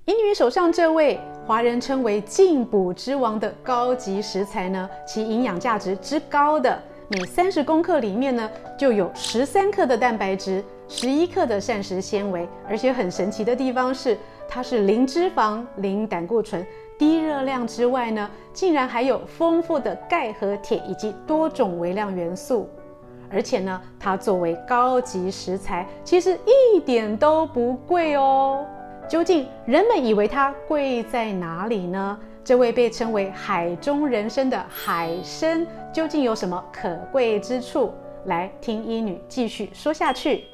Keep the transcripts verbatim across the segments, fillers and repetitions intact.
以女手上这位华人称为进补之王的高级食材呢，其营养价值之高的，每三十公克里面呢就有十三克的蛋白质，十一克的膳食纤维，而且很神奇的地方是，它是零脂肪、零胆固醇、低热量之外呢，竟然还有丰富的钙和铁以及多种微量元素。而且呢，它作为高级食材，其实一点都不贵哦。究竟人们以为它贵在哪里呢？这位被称为海中人参的海参，究竟有什么可贵之处？来听医女继续说下去。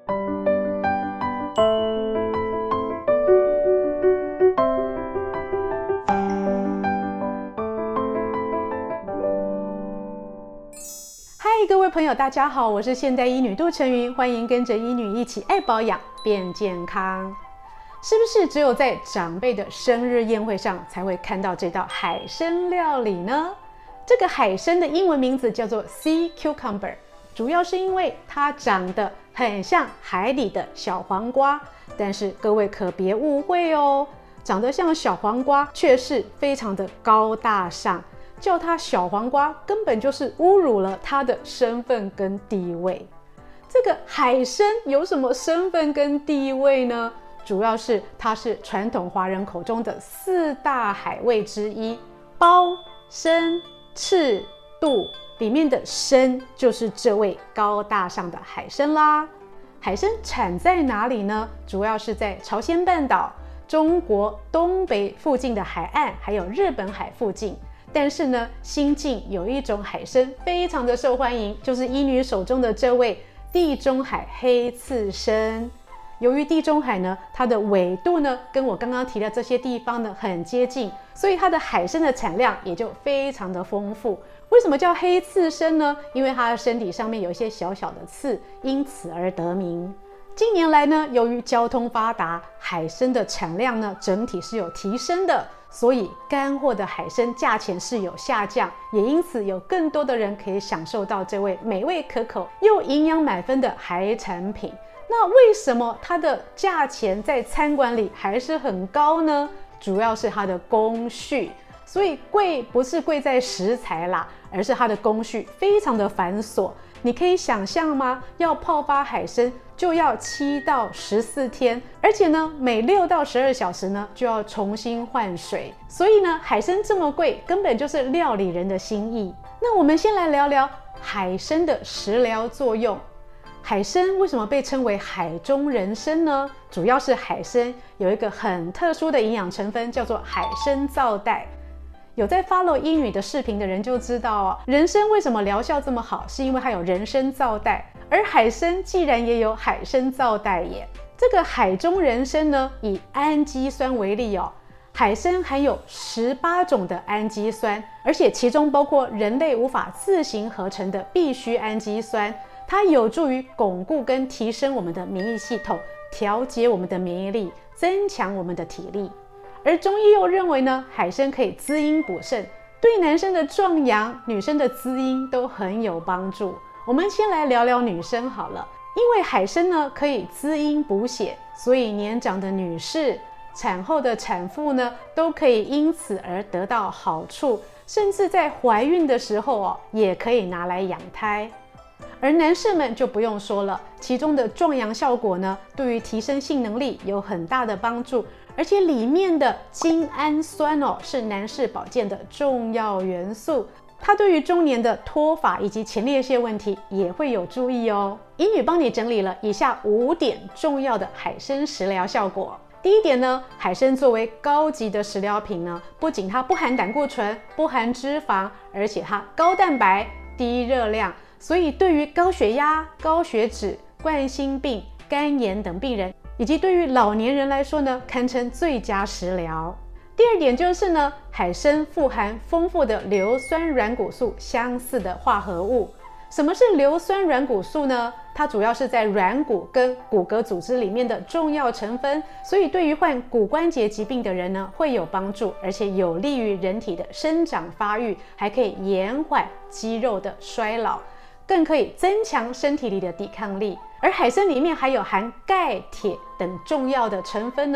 嗨，各位朋友，大家好，我是现代医女杜成云，欢迎跟着医女一起爱保养变健康。是不是只有在长辈的生日宴会上才会看到这道海参料理呢？这个海参的英文名字叫做 Sea Cucumber， 主要是因为它长得很像海里的小黄瓜，但是各位可别误会哦，长得像小黄瓜却是非常的高大上，叫它小黄瓜根本就是侮辱了它的身份跟地位。这个海参有什么身份跟地位呢？主要是它是传统华人口中的四大海味之一，鲍、参、翅、肚，里面的参就是这位高大上的海参啦。海参产在哪里呢？主要是在朝鲜半岛、中国东北附近的海岸，还有日本海附近。但是呢，新近有一种海参非常的受欢迎，就是医女手中的这位地中海黑刺参。由于地中海呢，它的纬度呢跟我刚刚提的这些地方呢很接近，所以它的海参的产量也就非常的丰富。为什么叫黑刺参呢？因为它的身体上面有一些小小的刺，因此而得名。近年来呢，由于交通发达，海参的产量呢整体是有提升的，所以干货的海参价钱是有下降，也因此有更多的人可以享受到这位美味可口又营养满分的海产品。那为什么它的价钱在餐馆里还是很高呢？主要是它的工序，所以贵不是贵在食材啦，而是它的工序非常的繁琐。你可以想象吗？要泡发海参就要七到十四天，而且呢，每六到十二小时呢就要重新换水。所以呢，海参这么贵，根本就是料理人的心意。那我们先来聊聊海参的食疗作用。海参为什么被称为海中人参呢？主要是海参有一个很特殊的营养成分，叫做海参皂苷。有在 follow 医女的视频的人就知道哦，人参为什么疗效这么好，是因为它有人参皂苷，而海参既然也有海参皂苷耶。这个海中人参呢，以氨基酸为例哦，海参含有十八种的氨基酸，而且其中包括人类无法自行合成的必需氨基酸。它有助于巩固跟提升我们的免疫系统，调节我们的免疫力，增强我们的体力。而中医又认为呢，海参可以滋阴补肾，对男生的壮阳、女生的滋阴都很有帮助。我们先来聊聊女生好了，因为海参呢可以滋阴补血，所以年长的女士、产后的产妇呢都可以因此而得到好处，甚至在怀孕的时候哦，也可以拿来养胎。而男士们就不用说了，其中的壮阳效果呢，对于提升性能力有很大的帮助，而且里面的精氨酸哦，是男士保健的重要元素，它对于中年的脱发以及前列腺问题也会有注意哦。医女帮你整理了以下五点重要的海参食疗效果。第一点呢，海参作为高级的食疗品呢，不仅它不含胆固醇、不含脂肪，而且它高蛋白、低热量。所以对于高血压、高血脂、冠心病、肝炎等病人，以及对于老年人来说呢，堪称最佳食疗。第二点就是呢，海参富含丰富的硫酸软骨素相似的化合物。什么是硫酸软骨素呢？它主要是在软骨跟骨骼组织里面的重要成分，所以对于患骨关节疾病的人呢会有帮助，而且有利于人体的生长发育，还可以延缓肌肉的衰老，更可以增强身体里的抵抗力。而海参里面还有含钙、铁等重要的成分呢，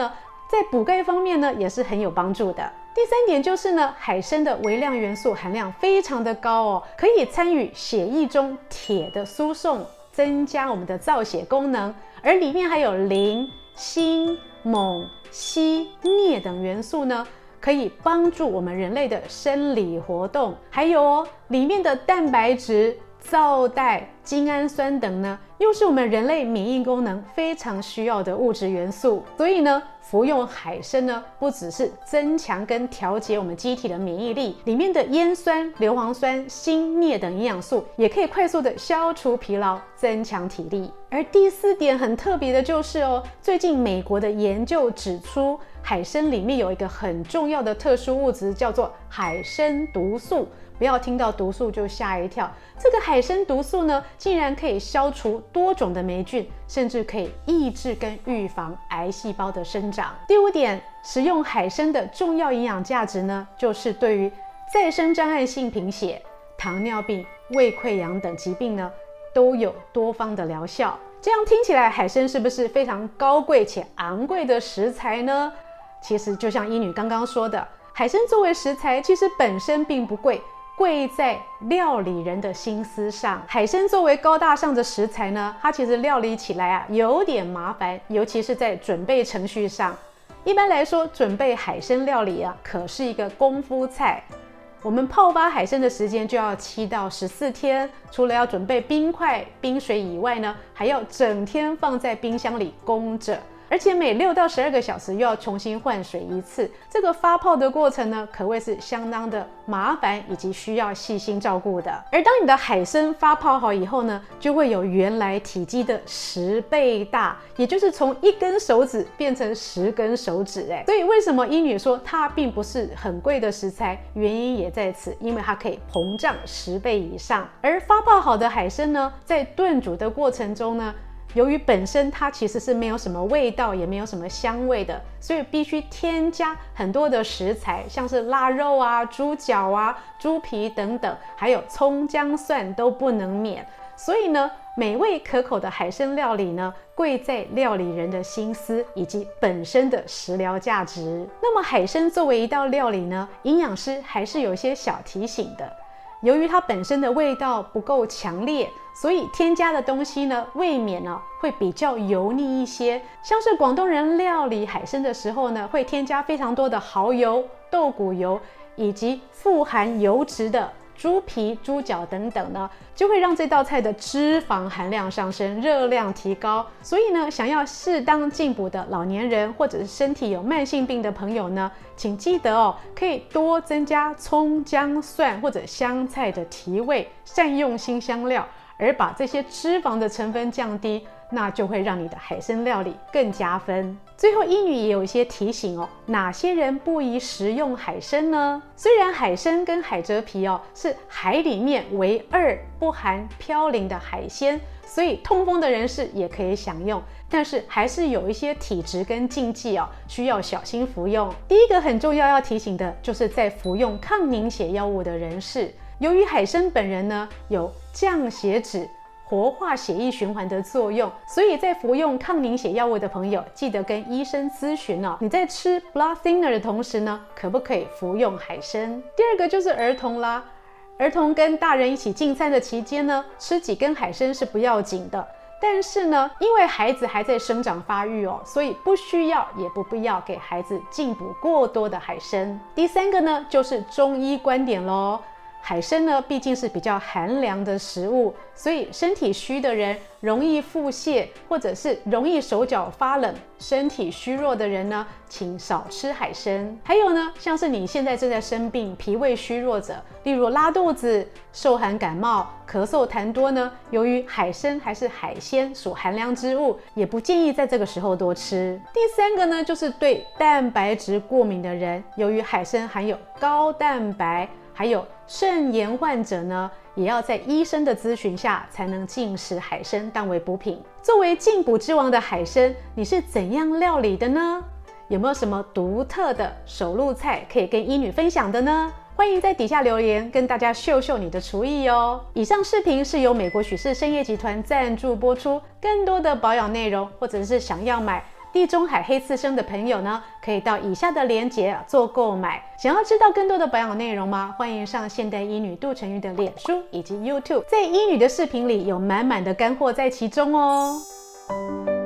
在补钙方面呢也是很有帮助的。第三点就是呢，海参的微量元素含量非常的高哦，可以参与血液中铁的输送，增加我们的造血功能，而里面还有磷、锌、锰、硒、镍等元素呢，可以帮助我们人类的生理活动。还有哦，里面的蛋白质、皂带、精氨酸等呢，又是我们人类免疫功能非常需要的物质元素。所以呢，服用海参呢，不只是增强跟调节我们机体的免疫力，里面的烟酸、硫磺酸、锌、镍等营养素也可以快速的消除疲劳，增强体力。而第四点很特别的就是哦，最近美国的研究指出，海参里面有一个很重要的特殊物质，叫做海参毒素。不要听到毒素就吓一跳，这个海参毒素呢，竟然可以消除多种的霉菌，甚至可以抑制跟预防癌细胞的生长。第五点，食用海参的重要营养价值呢，就是对于再生障碍性贫血、糖尿病、胃溃疡等疾病呢，都有多方的疗效。这样听起来，海参是不是非常高贵且昂贵的食材呢？其实就像医女刚刚说的，海参作为食材，其实本身并不贵，贵在料理人的心思上。海参作为高大上的食材呢，它其实料理起来啊有点麻烦，尤其是在准备程序上。一般来说，准备海参料理啊，可是一个功夫菜。我们泡发海参的时间就要七到十四天，除了要准备冰块、冰水以外呢，还要整天放在冰箱里供着。而且每六到十二个小时又要重新换水一次，这个发泡的过程呢，可谓是相当的麻烦以及需要细心照顾的。而当你的海参发泡好以后呢，就会有原来体积的十倍大，也就是从一根手指变成十根手指哎。所以为什么医女说它并不是很贵的食材，原因也在此，因为它可以膨胀十倍以上。而发泡好的海参呢，在炖煮的过程中呢，由于本身它其实是没有什么味道，也没有什么香味的，所以必须添加很多的食材，像是腊肉啊、猪脚啊、猪皮等等，还有葱姜蒜都不能免。所以呢，美味可口的海参料理呢，贵在料理人的心思以及本身的食疗价值。那么海参作为一道料理呢，营养师还是有一些小提醒的。由于它本身的味道不够强烈，所以添加的东西呢，未免呢会比较油腻一些。像是广东人料理海参的时候呢，会添加非常多的蚝油、豆鼓油以及富含油脂的猪皮、猪脚等等呢，就会让这道菜的脂肪含量上升，热量提高。所以呢，想要适当进补的老年人或者是身体有慢性病的朋友呢，请记得哦，可以多增加葱、姜、蒜或者香菜的提味，善用辛香料，而把这些脂肪的成分降低，那就会让你的海参料理更加分。最后，医女也有一些提醒哦，哪些人不宜食用海参呢？虽然海参跟海蜇皮哦是海里面唯二不含嘌呤的海鲜，所以痛风的人士也可以享用，但是还是有一些体质跟禁忌哦，需要小心服用。第一个很重要要提醒的就是在服用抗凝血药物的人士，由于海参本人呢有降血脂、活化血液循环的作用，所以在服用抗凝血药物的朋友，记得跟医生咨询哦。你在吃 blood thinner 的同时呢，可不可以服用海参？第二个就是儿童啦，儿童跟大人一起进餐的期间呢，吃几根海参是不要紧的。但是呢，因为孩子还在生长发育哦，所以不需要也不必要给孩子进补过多的海参。第三个呢，就是中医观点咯。海参呢，毕竟是比较寒凉的食物，所以身体虚的人容易腹泻，或者是容易手脚发冷，身体虚弱的人呢，请少吃海参。还有呢，像是你现在正在生病、脾胃虚弱者，例如拉肚子、受寒感冒、咳嗽痰多呢，由于海参还是海鲜，属寒凉之物，也不建议在这个时候多吃。第三个呢，就是对蛋白质过敏的人，由于海参含有高蛋白，还有肾炎患者呢，也要在医生的咨询下才能进食海参当为补品。作为进补之王的海参，你是怎样料理的呢？有没有什么独特的手路菜可以跟医女分享的呢？欢迎在底下留言，跟大家秀秀你的厨艺哦。以上视频是由美国许氏参业集团赞助播出。更多的保养内容，或者是想要买地中海黑刺参的朋友呢，可以到以下的链接做购买。想要知道更多的保养内容吗？欢迎上现代医女杜成瑜的脸书以及 YouTube， 在医女的视频里有满满的干货在其中哦。